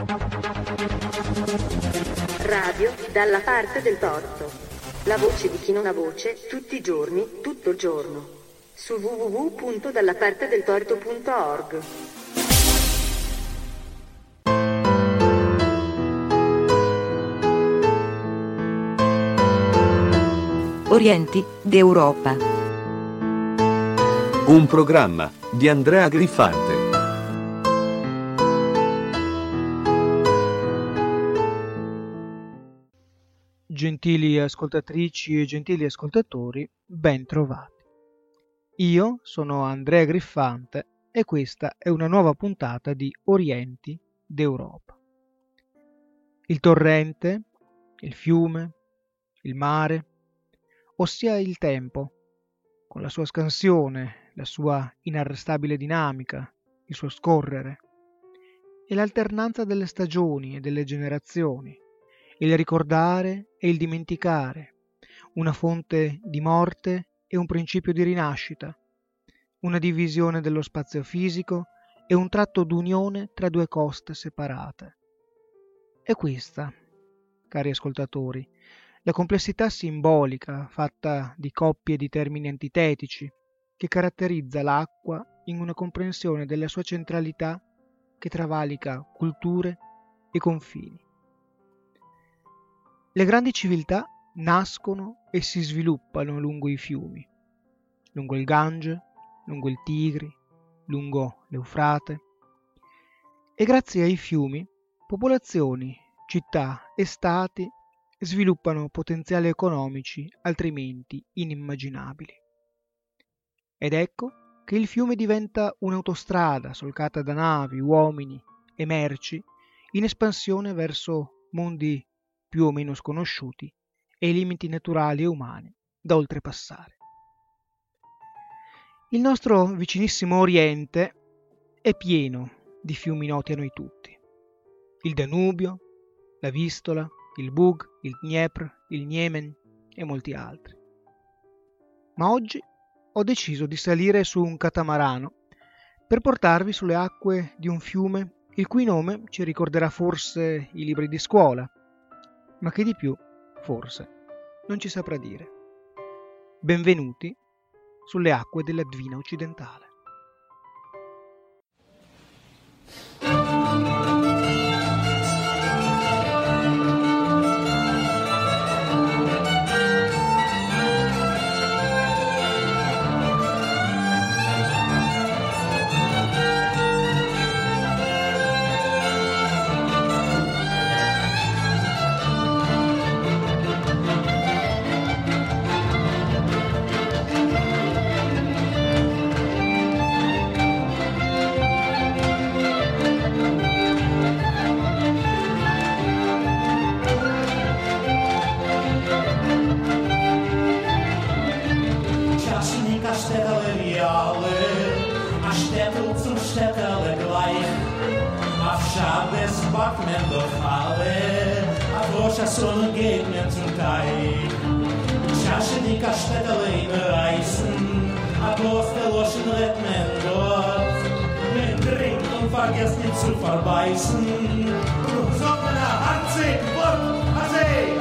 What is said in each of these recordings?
Radio dalla parte del torto. La voce di chi non ha voce, tutti i giorni, tutto il giorno. Su www.dallapartedeltorto.org. Orienti d'Europa. Un programma di Andrea Griffante. Gentili ascoltatrici e gentili ascoltatori, ben trovati. Io sono Andrea Griffante e questa è una nuova puntata di Orienti d'Europa. Il torrente, il fiume, il mare, ossia il tempo, con la sua scansione, la sua inarrestabile dinamica, il suo scorrere, e l'alternanza delle stagioni e delle generazioni, il ricordare e il dimenticare, una fonte di morte e un principio di rinascita, una divisione dello spazio fisico e un tratto d'unione tra due coste separate. È questa, cari ascoltatori, la complessità simbolica fatta di coppie di termini antitetici che caratterizza l'acqua in una comprensione della sua centralità che travalica culture e confini. Le grandi civiltà nascono e si sviluppano lungo i fiumi, lungo il Gange, lungo il Tigri, lungo l'Eufrate, e grazie ai fiumi popolazioni, città e stati sviluppano potenziali economici altrimenti inimmaginabili. Ed ecco che il fiume diventa un'autostrada solcata da navi, uomini e merci in espansione verso mondi più o meno sconosciuti e i limiti naturali e umani da oltrepassare. Il nostro vicinissimo Oriente è pieno di fiumi noti a noi tutti. Il Danubio, la Vistola, il Bug, il Dniepr, il Yemen e molti altri. Ma oggi ho deciso di salire su un catamarano per portarvi sulle acque di un fiume il cui nome ci ricorderà forse i libri di scuola, ma che di più, forse, non ci saprà dire. Benvenuti sulle acque della Dvina occidentale. Sonne geht mir zum Teich. Schasche die Kastädterle in Reißen, a bloß der Loschen rett mir dort. Wir trinken und vergessen nicht zu verbeißen. Du sollst mir eine Hand sehen, Wort, Asee!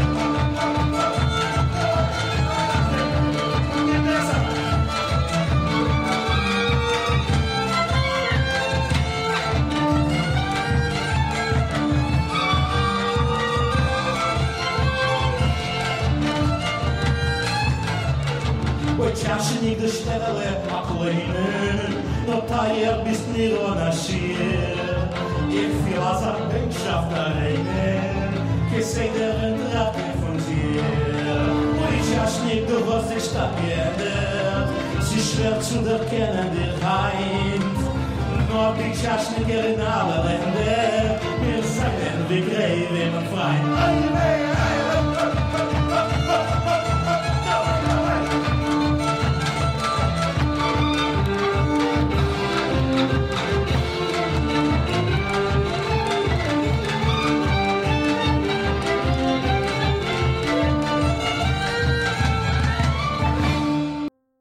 Чаши не гштевеле аклейне, но тайер bis niro na schier. Ich fiel als Abhängschaft alleine, que sei der Endrate von dir. Und ich hasch nicht, du wirst dich geändert, sie schwer zu erkennen, dir Heint. Nur die Chasch nicht in alle Länder, wir seien wie Gräve und Freien.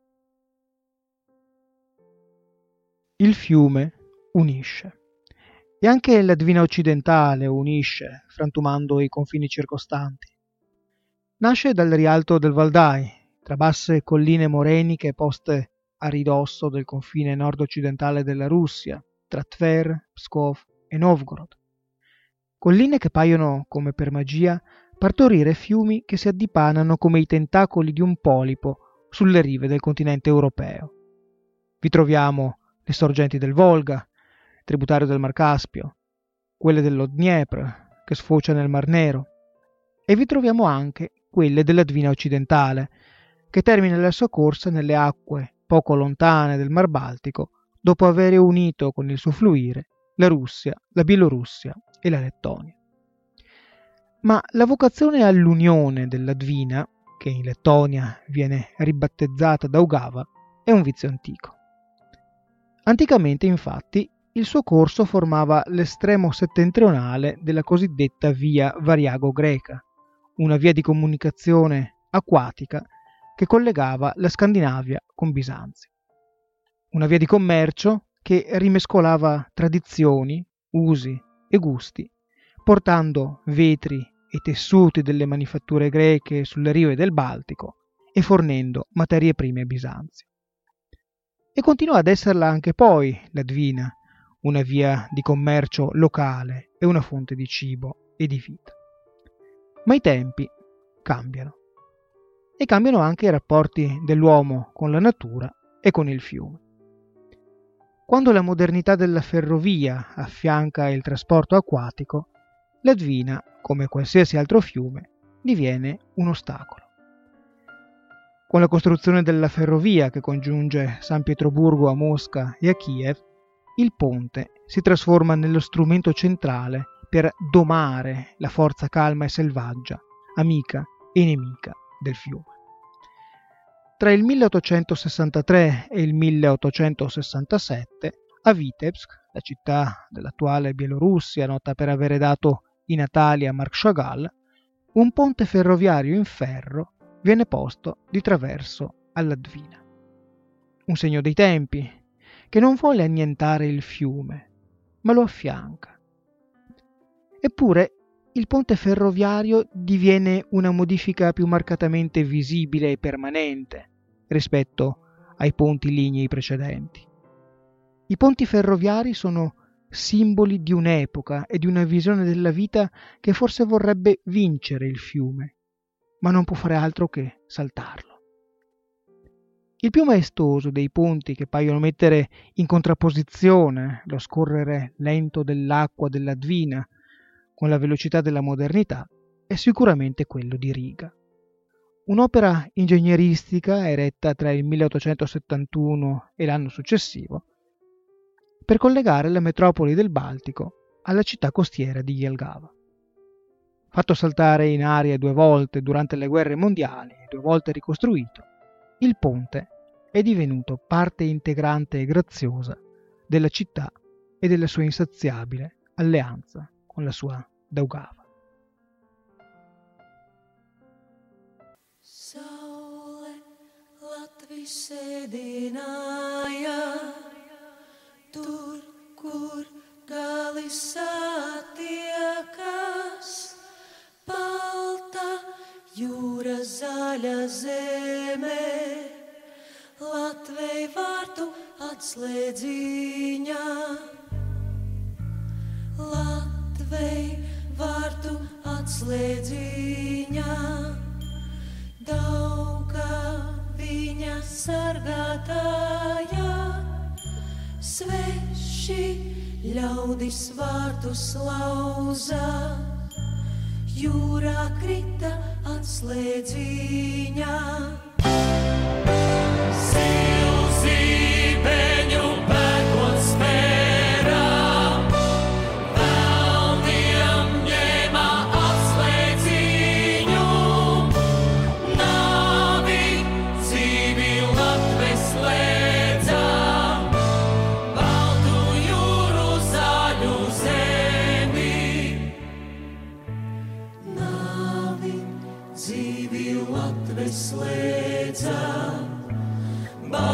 Il fiume unisce. E anche la Dvina occidentale unisce, frantumando i confini circostanti. Nasce dal rialto del Valdai, tra basse colline moreniche poste a ridosso del confine nord-occidentale della Russia, tra Tver, Pskov e Novgorod. Colline che paiono, come per magia, partorire fiumi che si addipanano come i tentacoli di un polipo sulle rive del continente europeo. Vi troviamo le sorgenti del Volga, tributario del Mar Caspio, quelle dello Dniepr, che sfocia nel Mar Nero, e vi troviamo anche quelle della Dvina occidentale, che termina la sua corsa nelle acque poco lontane del Mar Baltico, dopo aver unito con il suo fluire la Russia, la Bielorussia e la Lettonia. Ma la vocazione all'unione della Dvina, che in Lettonia viene ribattezzata Daugava, è un vizio antico. Anticamente, infatti, il suo corso formava l'estremo settentrionale della cosiddetta via Variago-greca, una via di comunicazione acquatica che collegava la Scandinavia con Bisanzio. Una via di commercio che rimescolava tradizioni, usi e gusti, portando vetri e tessuti delle manifatture greche sulle rive del Baltico e fornendo materie prime a Bisanzio. E continuò ad esserla anche poi la Dvina, una via di commercio locale e una fonte di cibo e di vita. Ma i tempi cambiano. E cambiano anche i rapporti dell'uomo con la natura e con il fiume. Quando la modernità della ferrovia affianca il trasporto acquatico, la Dvina, come qualsiasi altro fiume, diviene un ostacolo. Con la costruzione della ferrovia che congiunge San Pietroburgo a Mosca e a Kiev, il ponte si trasforma nello strumento centrale per domare la forza calma e selvaggia, amica e nemica del fiume. Tra il 1863 e il 1867, a Vitebsk, la città dell'attuale Bielorussia, nota per avere dato i natali a Marc Chagall, un ponte ferroviario in ferro viene posto di traverso alla Dvina. Un segno dei tempi, che non vuole annientare il fiume, ma lo affianca. Eppure il ponte ferroviario diviene una modifica più marcatamente visibile e permanente rispetto ai ponti lignei precedenti. I ponti ferroviari sono simboli di un'epoca e di una visione della vita che forse vorrebbe vincere il fiume, ma non può fare altro che saltarlo. Il più maestoso dei ponti che paiono mettere in contrapposizione lo scorrere lento dell'acqua della Dvina con la velocità della modernità è sicuramente quello di Riga. Un'opera ingegneristica eretta tra il 1871 e l'anno successivo per collegare la metropoli del Baltico alla città costiera di Jelgava. Fatto saltare in aria 2 volte durante le guerre mondiali e 2 volte ricostruito, il ponte è divenuto parte integrante e graziosa della città e della sua insaziabile alleanza con la sua Daugava. Saule Latvijas sēdināja, tur, kur gali satiekas, balta jūra zaļa zeme, Latvei vārtu atslēdziņā. Latvei vārtu atslēdziņā, Daugaviņa sargātāja, sveši ļaudis vārtus lauza, jūrā krita atslēdziņā. Silzībeņu pērkot smērā, Velniem ņēma atslēdziņu, nāvi dzīvi Latves slēdza, baltu jūru zaļu zemi. Nāvi dzīvi Latves slēdza,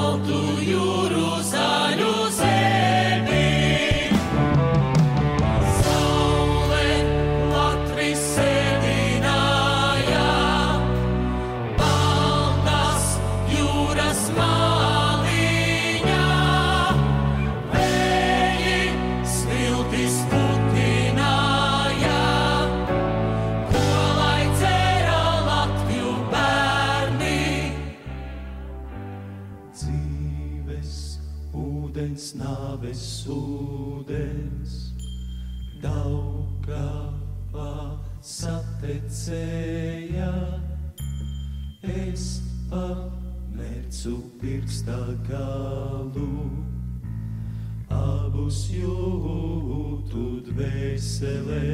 Satecēja, es pamercu pirksta galu, abus jūtu dvēselē.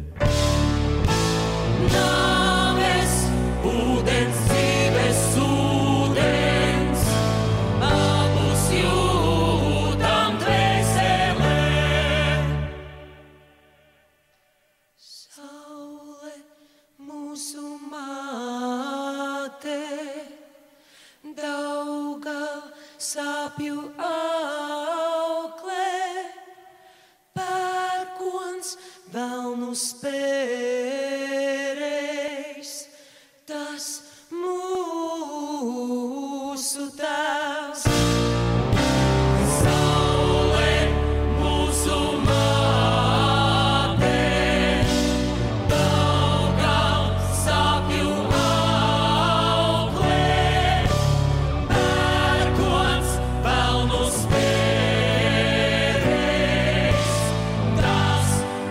Nāves, ūdens, dzīves ūdens, abus jūtam dvēselē. Saule, mūsu māte, Dauga sāpju auklē, pērkons velnu spērējs, tas mūsu tēvs. Saule, mūsu māte, Dauga sāpju auklē, pērkons velnu spērējs, tas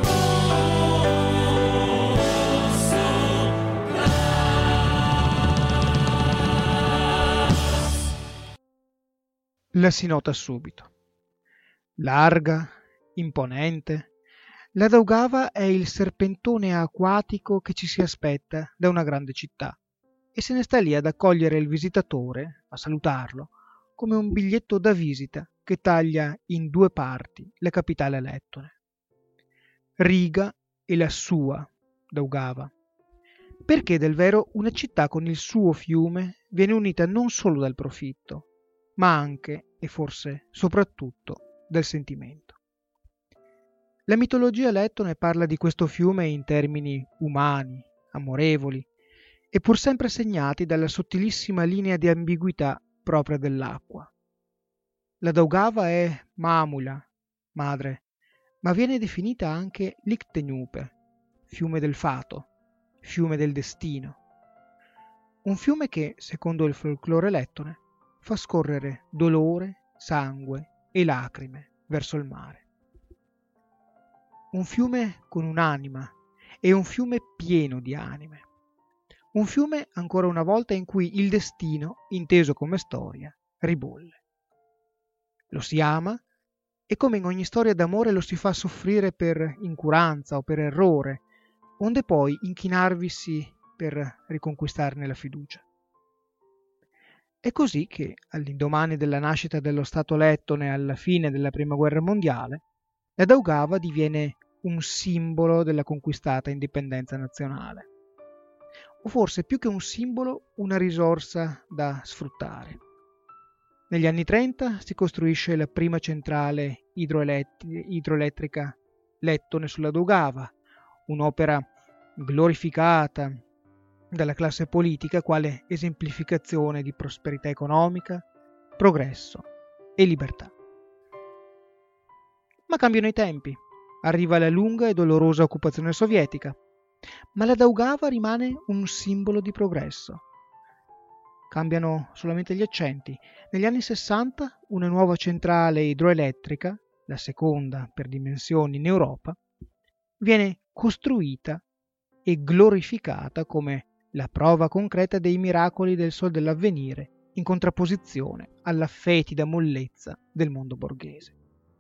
La si nota subito. Larga, imponente, la Daugava è il serpentone acquatico che ci si aspetta da una grande città e se ne sta lì ad accogliere il visitatore, a salutarlo, come un biglietto da visita che taglia in due parti la capitale lettone. Riga e la sua Daugava, perché del vero una città con il suo fiume viene unita non solo dal profitto, ma anche e forse soprattutto del sentimento. La mitologia lettone parla di questo fiume in termini umani, amorevoli, e pur sempre segnati dalla sottilissima linea di ambiguità propria dell'acqua. La Daugava è mamula, madre, ma viene definita anche Lichteniupe, fiume del fato, fiume del destino. Un fiume che, secondo il folklore lettone, fa scorrere dolore, sangue e lacrime verso il mare. Un fiume con un'anima e un fiume pieno di anime. Un fiume ancora una volta in cui il destino, inteso come storia, ribolle. Lo si ama e come in ogni storia d'amore lo si fa soffrire per incuranza o per errore, onde poi inchinarvisi per riconquistarne la fiducia. È così che, all'indomani della nascita dello Stato lettone alla fine della Prima Guerra Mondiale, la Daugava diviene un simbolo della conquistata indipendenza nazionale. O forse più che un simbolo, una risorsa da sfruttare. Negli anni 30 si costruisce la prima centrale idroelettrica lettone sulla Daugava, un'opera glorificata dalla classe politica quale esemplificazione di prosperità economica, progresso e libertà. Ma cambiano i tempi, arriva la lunga e dolorosa occupazione sovietica, ma la Daugava rimane un simbolo di progresso. Cambiano solamente gli accenti. Negli anni 60 una nuova centrale idroelettrica, la seconda per dimensioni in Europa, viene costruita e glorificata come la prova concreta dei miracoli del Sol dell'Avvenire, in contrapposizione alla fetida mollezza del mondo borghese.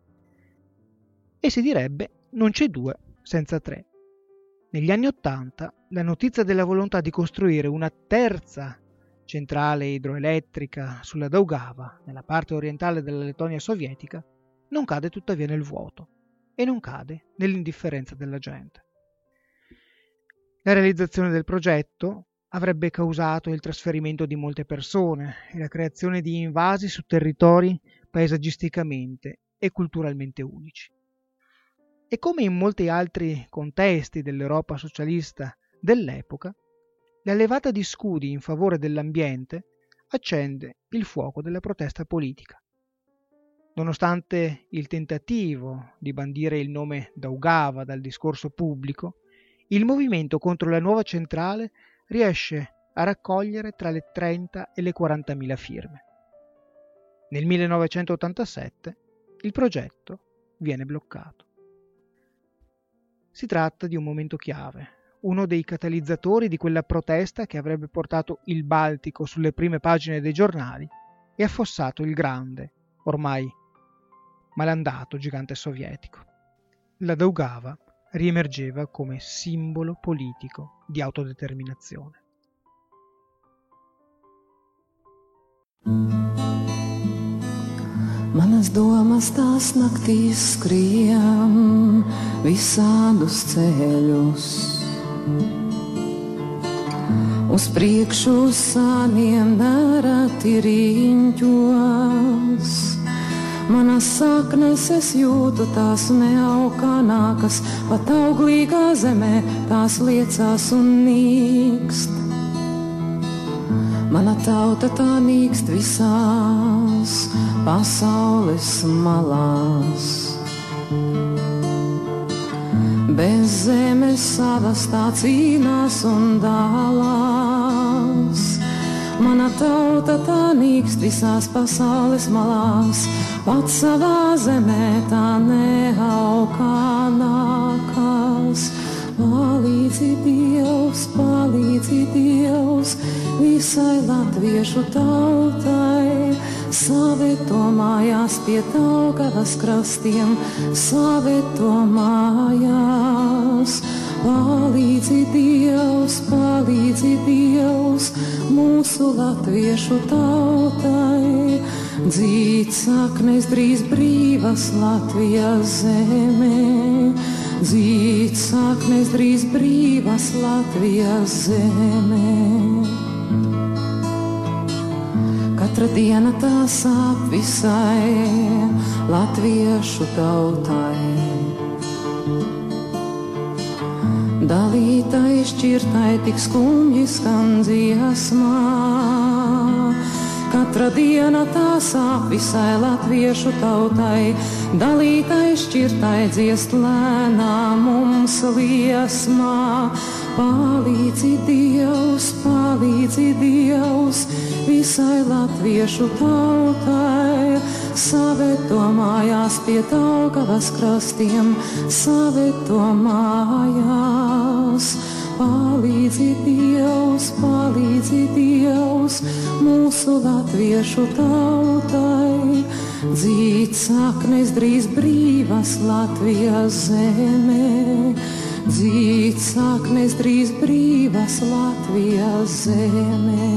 E si direbbe non c'è due senza tre. Negli anni '80 la notizia della volontà di costruire una terza centrale idroelettrica sulla Daugava, nella parte orientale della Lettonia sovietica, non cade tuttavia nel vuoto e non cade nell'indifferenza della gente. La realizzazione del progetto avrebbe causato il trasferimento di molte persone e la creazione di invasi su territori paesaggisticamente e culturalmente unici. E come in molti altri contesti dell'Europa socialista dell'epoca, la levata di scudi in favore dell'ambiente accende il fuoco della protesta politica. Nonostante il tentativo di bandire il nome Daugava dal discorso pubblico, il movimento contro la nuova centrale riesce a raccogliere tra le 30 e le 40.000 firme. Nel 1987 il progetto viene bloccato. Si tratta di un momento chiave, uno dei catalizzatori di quella protesta che avrebbe portato il Baltico sulle prime pagine dei giornali e affossato il grande, ormai malandato gigante sovietico. La Daugava riemergeva come simbolo politico di autodeterminazione. Manas domas tās naktīs skrien visādus ceļus. Uz priekšu sāniem nereti riņķos. Manas saknes es jūtu, tās neaukanākas, pat auglīgā zemē tās liecās un nīkst. Mana tauta tā nīkst visās pasaules malās. Bez zemes savas tā cīnās un dalās. Mana tauta tā nīkst visās pasaules malās. Pats savā zemē tā neaukanākās. Palīdzi Dievs, visai latviešu tautai, savieto mājās pie Daugavas krastiem, savieto mājās. Palīdzi Dievs, mūsu latviešu tautai, dzīt saknes drīz brīvas Latvijas zemē. Dzīt saknes drīz brīvas Latvijas zemē. Katra diena tā sāp visai latviešu tautai. Dalītai, šķirtai, tik skumji skan dziesmā. Katra diena tā sāp visai latviešu tautai. Dalītai, šķirtai, dziest lēnā mums liesmā. Palīdzi Dievs, visai latviešu tautai. Savieto mājās pie Daugavas krastiem, savieto mājās. Palīdzi Dievs, mūsu latviešu tautai. Dzīt saknes drīz brīvas Latvijas zemē. Dzīt saknes drīz brīvas Latvijas zemē.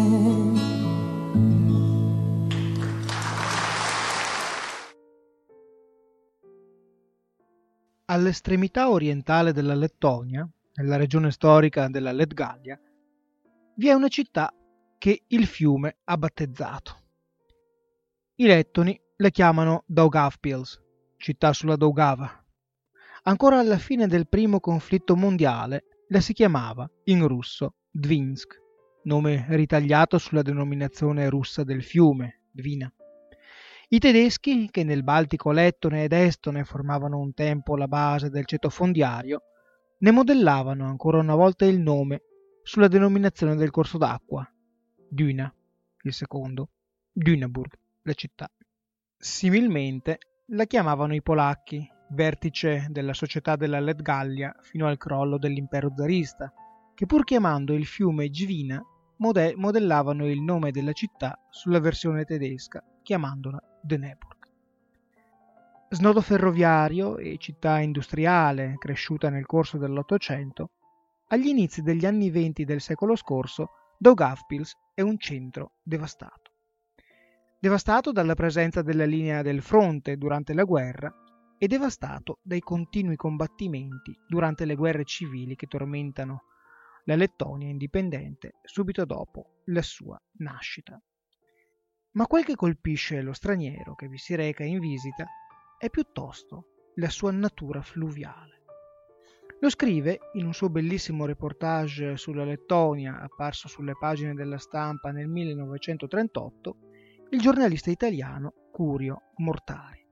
All'estremità orientale della Lettonia, nella regione storica della Latgalia, vi è una città che il fiume ha battezzato. I lettoni le chiamano Daugavpils, città sulla Daugava. Ancora alla fine del primo conflitto mondiale la si chiamava in russo Dvinsk, nome ritagliato sulla denominazione russa del fiume, Dvina. I tedeschi, che nel Baltico lettone ed estone formavano un tempo la base del ceto fondiario, ne modellavano ancora una volta il nome sulla denominazione del corso d'acqua, Düna, il secondo, Dünaburg, la città. Similmente la chiamavano i polacchi, vertice della società della Latgalia fino al crollo dell'impero zarista, che pur chiamando il fiume Dvina modellavano il nome della città sulla versione tedesca, chiamandola Dneipr. Snodo ferroviario e città industriale cresciuta nel corso dell'Ottocento, agli inizi degli anni '20 del secolo scorso, Daugavpils è un centro devastato. Devastato dalla presenza della linea del fronte durante la guerra e devastato dai continui combattimenti durante le guerre civili che tormentano la Lettonia indipendente subito dopo la sua nascita. Ma quel che colpisce lo straniero che vi si reca in visita è piuttosto la sua natura fluviale. Lo scrive in un suo bellissimo reportage sulla Lettonia apparso sulle pagine della Stampa nel 1938 il giornalista italiano Curio Mortari.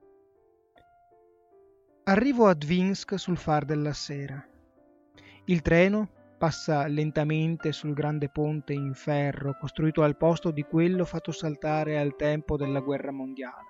Arrivo a Dvinsk sul far della sera. Il treno passa lentamente sul grande ponte in ferro costruito al posto di quello fatto saltare al tempo della guerra mondiale.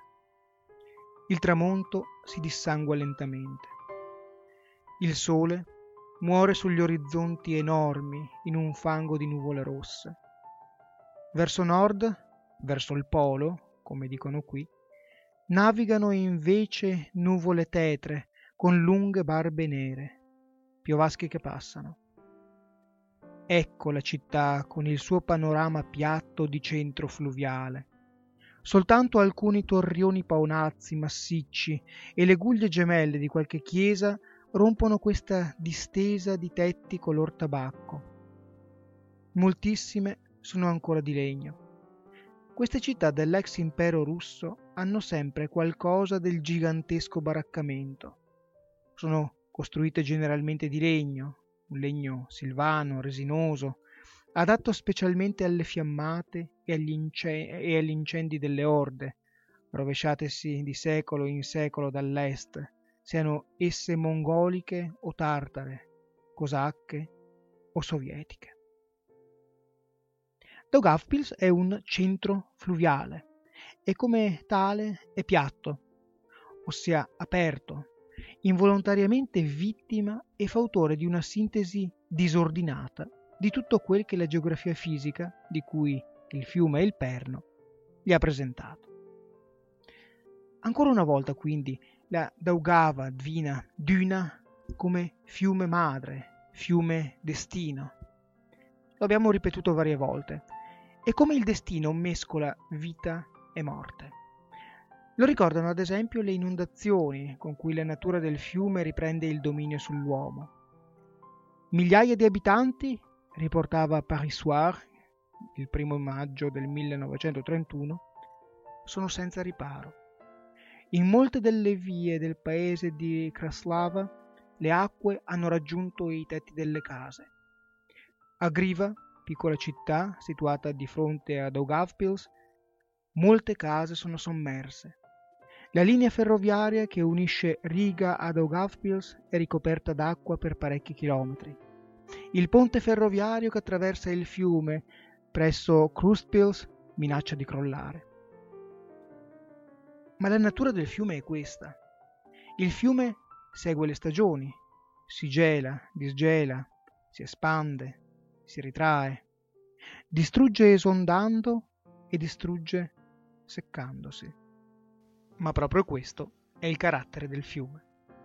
Il tramonto si dissangua lentamente. Il sole muore sugli orizzonti enormi in un fango di nuvole rosse. Verso nord, verso il polo, come dicono qui, navigano invece nuvole tetre con lunghe barbe nere, piovaschi che passano. Ecco la città con il suo panorama piatto di centro fluviale. Soltanto alcuni torrioni paonazzi massicci e le guglie gemelle di qualche chiesa rompono questa distesa di tetti color tabacco. Moltissime sono ancora di legno. Queste città dell'ex impero russo hanno sempre qualcosa del gigantesco baraccamento. Sono costruite generalmente di legno, un legno silvano, resinoso, adatto specialmente alle fiammate e agli incendi delle orde, rovesciatesi di secolo in secolo dall'est, siano esse mongoliche o tartare, cosacche o sovietiche. Daugavpils è un centro fluviale e come tale è piatto, ossia aperto, involontariamente vittima e fautore di una sintesi disordinata di tutto quel che la geografia fisica, di cui il fiume e il perno, gli ha presentato. Ancora una volta, quindi, la Daugava Dvina Duna come fiume madre, fiume destino. Lo abbiamo ripetuto varie volte. E come il destino mescola vita e morte. Lo ricordano ad esempio le inondazioni con cui la natura del fiume riprende il dominio sull'uomo. Migliaia di abitanti, riportava Paris Soir il 1 maggio del 1931, sono senza riparo. In molte delle vie del paese di Kraslava le acque hanno raggiunto i tetti delle case. A Griva, piccola città situata di fronte a Daugavpils, molte case sono sommerse. La linea ferroviaria che unisce Riga a Daugavpils è ricoperta d'acqua per parecchi chilometri. Il ponte ferroviario che attraversa il fiume presso Krustpils minaccia di crollare. Ma la natura del fiume è questa. Il fiume segue le stagioni, si gela, disgela, si espande, si ritrae, distrugge esondando e distrugge seccandosi. Ma proprio questo è il carattere del fiume.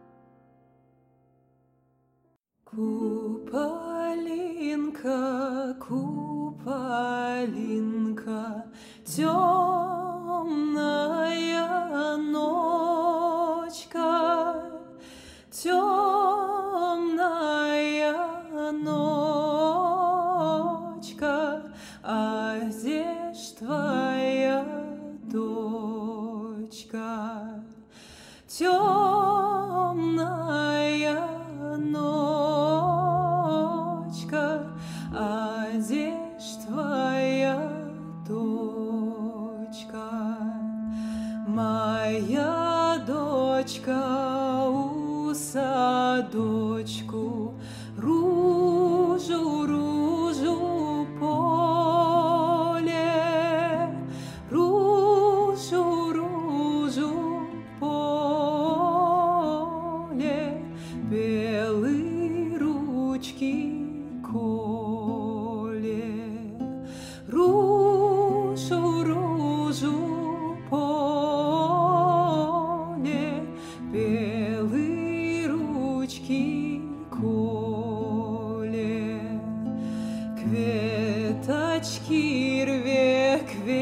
Куполинка, куполинка, темная ночка, темная ночка, а где ж твоя дочка? Темная ночка, а где ж твоя дочка? Моя дочка у садочку ружу, ружу поле, ружу, ружу поле, белые ручки коле, ружу, ружу поле, белые ручки коле. Кветочки рве,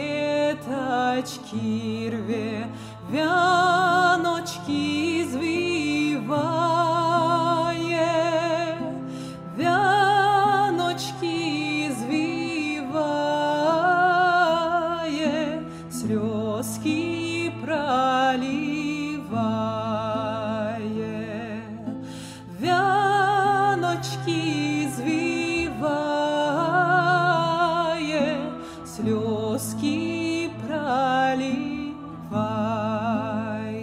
кветочки рве, вяночки извивае, вяночки извивае, слезки проливае, вяночки извивае, слезки проливае.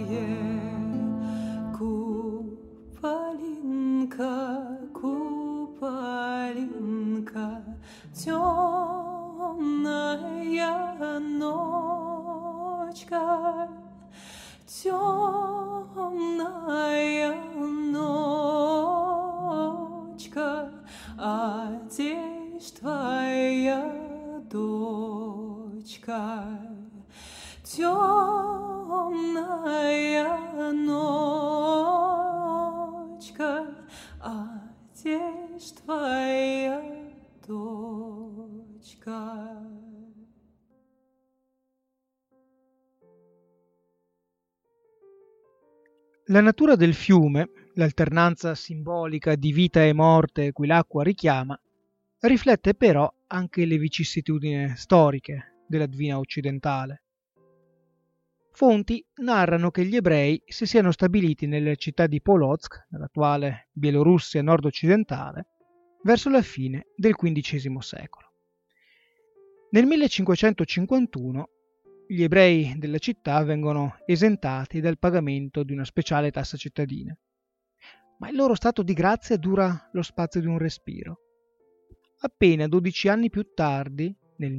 Здесь твоя дочка. La natura del fiume, l'alternanza simbolica di vita e morte cui l'acqua richiama, riflette però anche le vicissitudini storiche della Dvina occidentale. Fonti narrano che gli ebrei si siano stabiliti nelle città di Polotsk, nell'attuale Bielorussia nord-occidentale, verso la fine del XV secolo. Nel 1551 gli ebrei della città vengono esentati dal pagamento di una speciale tassa cittadina, ma il loro stato di grazia dura lo spazio di un respiro. Appena 12 anni più tardi, nel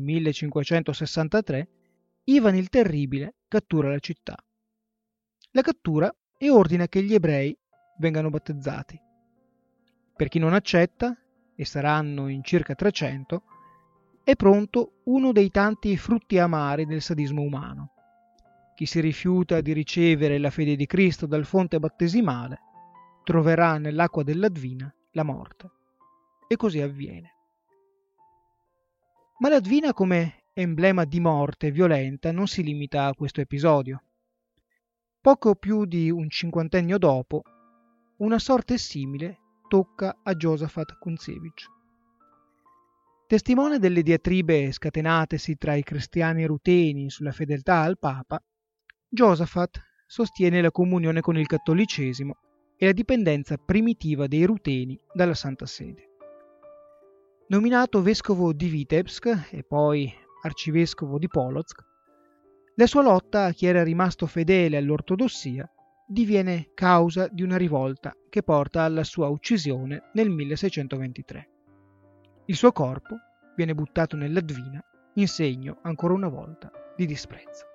1563, Ivan il Terribile cattura la città. La cattura e ordina che gli ebrei vengano battezzati. Per chi non accetta, e saranno in circa 300, è pronto uno dei tanti frutti amari del sadismo umano. Chi si rifiuta di ricevere la fede di Cristo dal fonte battesimale troverà nell'acqua della Dvina la morte. E così avviene. Ma la Dvina come emblema di morte violenta non si limita a questo episodio. Poco più di un cinquantennio dopo, una sorte simile tocca a Josafat Kuntsevich. Testimone delle diatribe scatenatesi tra i cristiani ruteni sulla fedeltà al Papa, Josafat sostiene la comunione con il cattolicesimo e la dipendenza primitiva dei ruteni dalla Santa Sede. Nominato vescovo di Vitebsk e poi arcivescovo di Polotsk, la sua lotta a chi era rimasto fedele all'ortodossia diviene causa di una rivolta che porta alla sua uccisione nel 1623. Il suo corpo viene buttato nella Dvina in segno, ancora una volta, di disprezzo.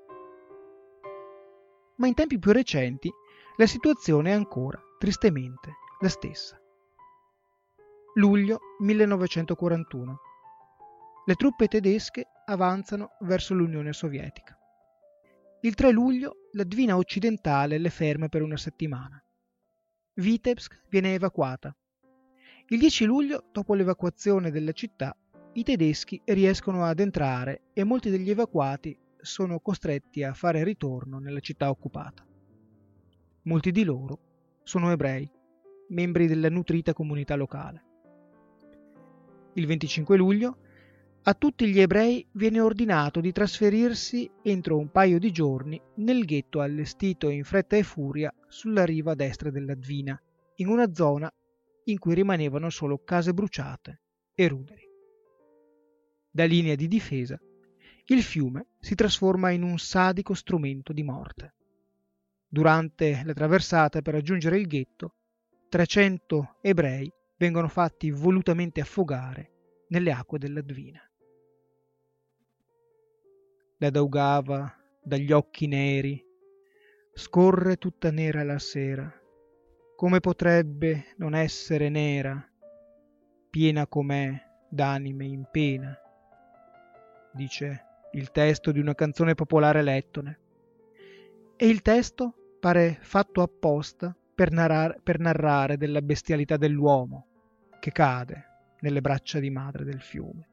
Ma in tempi più recenti la situazione è ancora, tristemente, la stessa. Luglio 1941. Le truppe tedesche avanzano verso l'Unione Sovietica. Il 3 luglio la Dvina occidentale le ferma per una settimana. Vitebsk viene evacuata. Il 10 luglio, dopo l'evacuazione della città, i tedeschi riescono ad entrare e molti degli evacuati sono costretti a fare ritorno nella città occupata. Molti di loro sono ebrei, membri della nutrita comunità locale. Il 25 luglio a tutti gli ebrei viene ordinato di trasferirsi entro un paio di giorni nel ghetto allestito in fretta e furia sulla riva destra della Dvina, in una zona in cui rimanevano solo case bruciate e ruderi. Da linea di difesa, il fiume si trasforma in un sadico strumento di morte. Durante la traversata per raggiungere il ghetto, 300 ebrei vengono fatti volutamente affogare nelle acque della Dvina. La Daugava, dagli occhi neri, scorre tutta nera la sera. Come potrebbe non essere nera, piena com'è d'anime in pena, dice il testo di una canzone popolare lettone. E il testo pare fatto apposta per narrare della bestialità dell'uomo che cade nelle braccia di madre del fiume.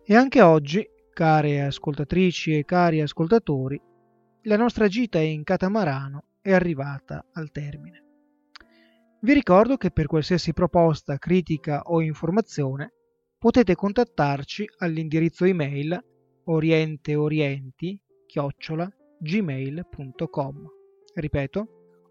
E anche oggi, care ascoltatrici e cari ascoltatori, la nostra gita in catamarano è arrivata al termine. Vi ricordo che per qualsiasi proposta, critica o informazione potete contattarci all'indirizzo email orienteorienti@gmail.com. Ripeto,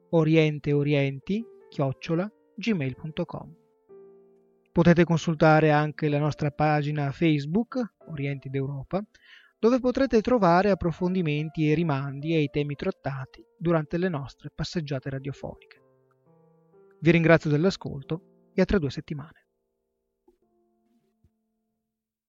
orienteorienti@gmail.com. Potete consultare anche la nostra pagina Facebook, Orienti d'Europa, dove potrete trovare approfondimenti e rimandi ai temi trattati durante le nostre passeggiate radiofoniche. Vi ringrazio dell'ascolto e a tra 2 settimane.